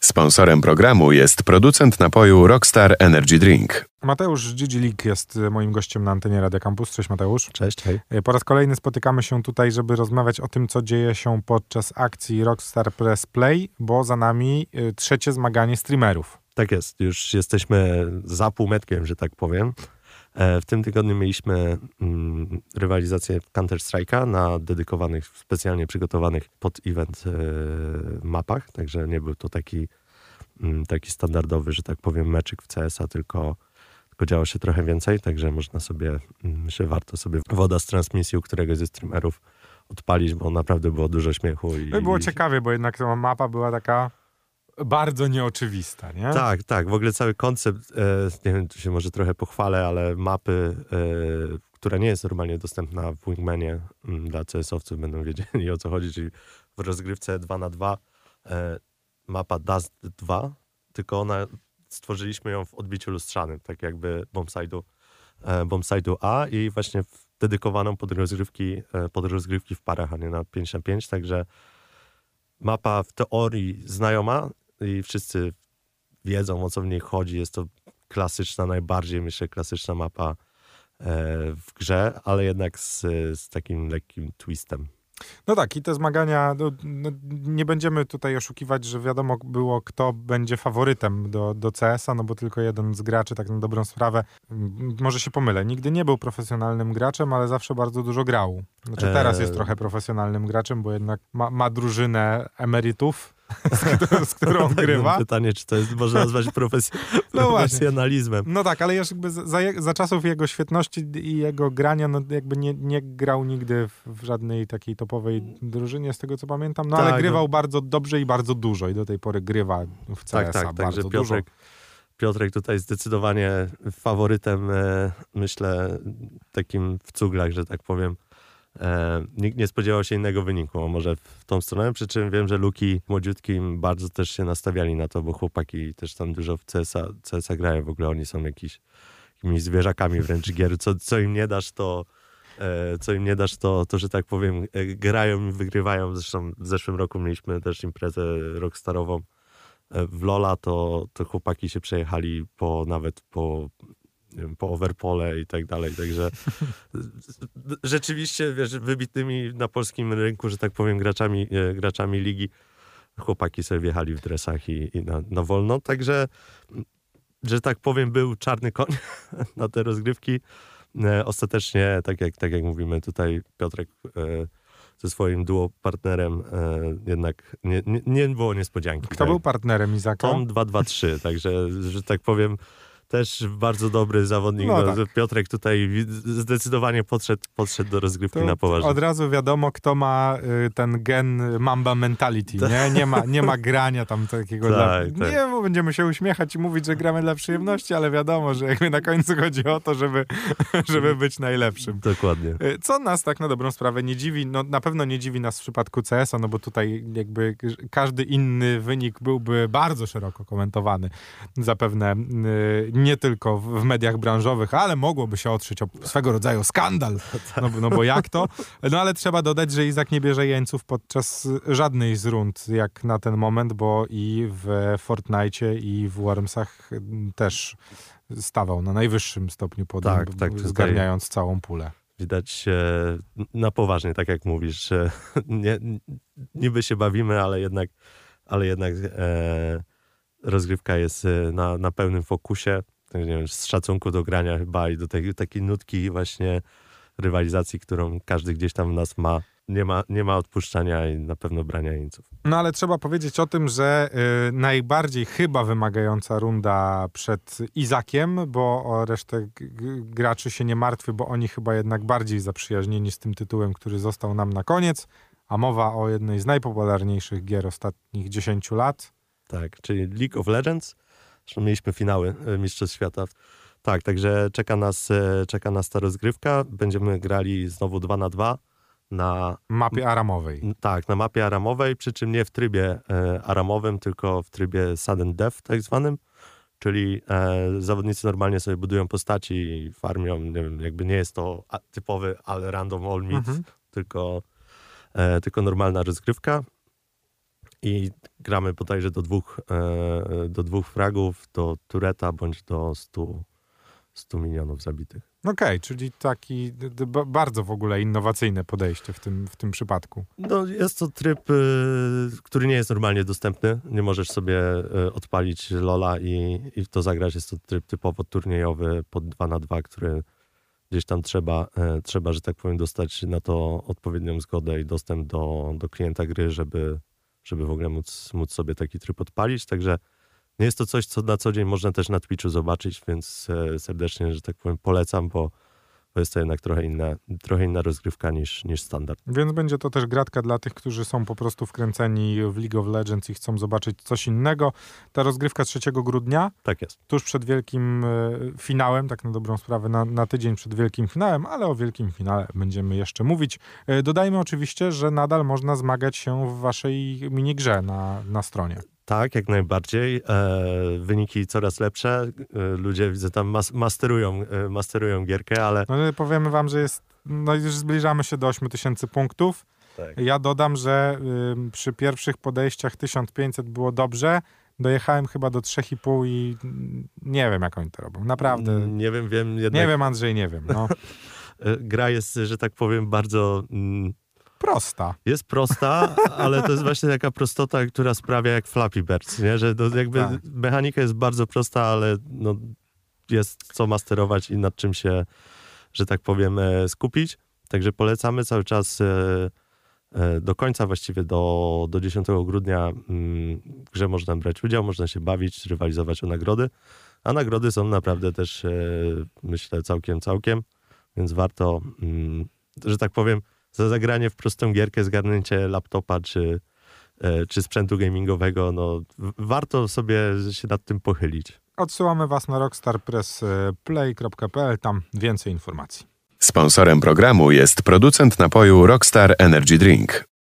Sponsorem programu jest producent napoju Rockstar Energy Drink. Mateusz Dzidzilik jest moim gościem na antenie Radia Campus. Cześć Mateusz. Cześć, hej. Po raz kolejny spotykamy się tutaj, żeby rozmawiać o tym, co dzieje się podczas akcji Rockstar Press Play, bo za nami trzecie zmaganie streamerów. Tak jest, już jesteśmy za półmetkiem, że tak powiem. W tym tygodniu mieliśmy rywalizację Counter-Strike'a na dedykowanych, specjalnie przygotowanych pod event mapach, także nie był to taki standardowy, że tak powiem, meczyk w CS-a, tylko działo się trochę więcej, także można sobie, myślę, warto sobie woda z transmisji u któregoś ze streamerów odpalić, bo naprawdę było dużo śmiechu. Było ciekawie, bo jednak ta mapa była taka bardzo nieoczywista, nie? Tak. W ogóle cały koncept, nie wiem, tu się może trochę pochwalę, ale mapy, która nie jest normalnie dostępna w Wingmanie, dla CS-owców będą wiedzieli, o co chodzi, czyli w rozgrywce 2x2 mapa Dust 2, tylko stworzyliśmy ją w odbiciu lustrzanym, tak jakby bombside'u A i właśnie dedykowaną pod rozgrywki w parach, a nie na 5x5, także mapa w teorii znajoma i wszyscy wiedzą, o co w niej chodzi. Jest to klasyczna, najbardziej myślę klasyczna mapa w grze, ale jednak z takim lekkim twistem. No tak, i te zmagania, nie będziemy tutaj oszukiwać, że wiadomo było, kto będzie faworytem do CS-a, no bo tylko jeden z graczy, tak na dobrą sprawę, może się pomylę, nigdy nie był profesjonalnym graczem, ale zawsze bardzo dużo grał. Znaczy teraz jest trochę profesjonalnym graczem, bo jednak ma drużynę emerytów, z którą grywa. Pytanie, czy to można nazwać profesjonalizmem. No tak, ale już jakby za czasów jego świetności i jego grania, no jakby nie grał nigdy w żadnej takiej topowej drużynie, z tego co pamiętam, ale grywał bardzo dobrze i bardzo dużo i do tej pory grywa w CS-a bardzo dużo. Piotrek tutaj zdecydowanie faworytem, myślę, takim w cuglach, że tak powiem. Nikt nie spodziewał się innego wyniku, może w tą stronę, przy czym wiem, że Luki młodziutkim bardzo też się nastawiali na to, bo chłopaki też tam dużo w CS-a grają, w ogóle oni są jakimiś zwierzakami wręcz gier, co im nie dasz, to że tak powiem, grają i wygrywają. Zresztą w zeszłym roku mieliśmy też imprezę rockstarową w LoL'a, to chłopaki się przejechali nawet po overpole i tak dalej, także rzeczywiście, wiesz, wybitnymi na polskim rynku, że tak powiem, graczami ligi, chłopaki sobie wjechali w dresach i na wolno, także, że tak powiem, był czarny koń na te rozgrywki. Ostatecznie, tak jak mówimy tutaj, Piotrek ze swoim duo partnerem jednak nie było niespodzianki. Kto był partnerem Izaka? Tom 223, także, że tak powiem, też bardzo dobry zawodnik. Tak. Piotrek tutaj zdecydowanie podszedł do rozgrywki na poważnie. Od razu wiadomo, kto ma ten gen Mamba mentality, nie? Nie ma grania tam takiego. Nie, bo będziemy się uśmiechać i mówić, że gramy dla przyjemności, ale wiadomo, że jakby na końcu chodzi o to, żeby być najlepszym. Dokładnie. Co nas tak na dobrą sprawę nie dziwi, no na pewno nie dziwi nas w przypadku CS-a, no bo tutaj jakby każdy inny wynik byłby bardzo szeroko komentowany. Zapewne nie tylko w mediach branżowych, ale mogłoby się otrzeć o swego rodzaju skandal. No bo jak to? No ale trzeba dodać, że Izak nie bierze jeńców podczas żadnej z rund jak na ten moment, bo i w Fortnite i w Wormsach też stawał na najwyższym stopniu podium, zgarniając całą pulę. Widać na poważnie, tak jak mówisz, że niby się bawimy, ale jednak rozgrywka jest na pełnym fokusie. Nie wiem, z szacunku do grania chyba i do takiej nutki właśnie rywalizacji, którą każdy gdzieś tam w nas ma. Nie ma odpuszczania i na pewno brania jeńców. No ale trzeba powiedzieć o tym, że najbardziej chyba wymagająca runda przed Izakiem, bo o resztę graczy się nie martwi, bo oni chyba jednak bardziej zaprzyjaźnieni z tym tytułem, który został nam na koniec, a mowa o jednej z najpopularniejszych gier ostatnich 10 lat. Tak, czyli League of Legends. Zresztą mieliśmy finały Mistrzostw Świata. Tak, także czeka nas ta rozgrywka. Będziemy grali znowu 2x2 na mapie aramowej. Tak, na mapie aramowej, przy czym nie w trybie aramowym, tylko w trybie sudden death tak zwanym. Czyli zawodnicy normalnie sobie budują postaci i farmią, nie wiem, jakby nie jest to typowy random all meat, tylko normalna rozgrywka. i gramy bodajże do 2 fragów, do tureta bądź do 100 milionów zabitych. Okej, czyli taki bardzo w ogóle innowacyjne podejście w tym przypadku. No, jest to tryb, który nie jest normalnie dostępny. Nie możesz sobie odpalić LoL'a i w to zagrać. Jest to tryb typowo turniejowy pod 2x2, który gdzieś tam trzeba, że tak powiem, dostać na to odpowiednią zgodę i dostęp do klienta gry, żeby w ogóle móc sobie taki tryb odpalić. Także nie jest to coś, co na co dzień można też na Twitchu zobaczyć, więc serdecznie, że tak powiem, polecam, bo jest to jednak trochę inna rozgrywka niż standard. Więc będzie to też gratka dla tych, którzy są po prostu wkręceni w League of Legends i chcą zobaczyć coś innego. Ta rozgrywka 3 grudnia, Tak jest. tuż przed wielkim finałem, tak na dobrą sprawę, na tydzień przed wielkim finałem, ale o wielkim finale będziemy jeszcze mówić. Dodajmy oczywiście, że nadal można zmagać się w waszej minigrze na stronie. Tak, jak najbardziej. Wyniki coraz lepsze. Ludzie, widzę, tam masterują gierkę, ale... No, powiemy wam, że już zbliżamy się do 8000 punktów. Tak. Ja dodam, że przy pierwszych podejściach 1500 było dobrze. Dojechałem chyba do 3,5 i nie wiem, jak oni to robią. Naprawdę. Nie wiem, jednak... Nie wiem, Andrzej, nie wiem. No. Gra jest, że tak powiem, bardzo... Prosta. Jest prosta, ale to jest właśnie taka prostota, która sprawia jak Flappy Birds, nie? Że jakby Tak. mechanika jest bardzo prosta, ale no, jest co masterować i nad czym się, że tak powiem, skupić. Także polecamy cały czas do końca, właściwie do 10 grudnia w grze można brać udział, można się bawić, rywalizować o nagrody, a nagrody są naprawdę też, myślę, całkiem, więc warto, że tak powiem, za zagranie w prostą gierkę, zgarnięcie laptopa czy sprzętu gamingowego, no warto sobie się nad tym pochylić. Odsyłamy was na rockstarpressplay.pl, tam więcej informacji. Sponsorem programu jest producent napoju Rockstar Energy Drink.